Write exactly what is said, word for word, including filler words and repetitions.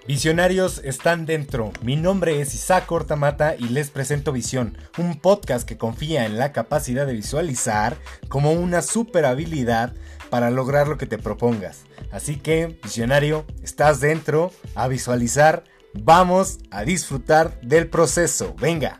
Visionarios están dentro. Mi nombre es Isaac Hortamata y les presento Visión, un podcast que confía en la capacidad de visualizar como una super habilidad para lograr lo que te propongas. Así que, visionario, estás dentro, a visualizar, vamos a disfrutar del proceso. Venga.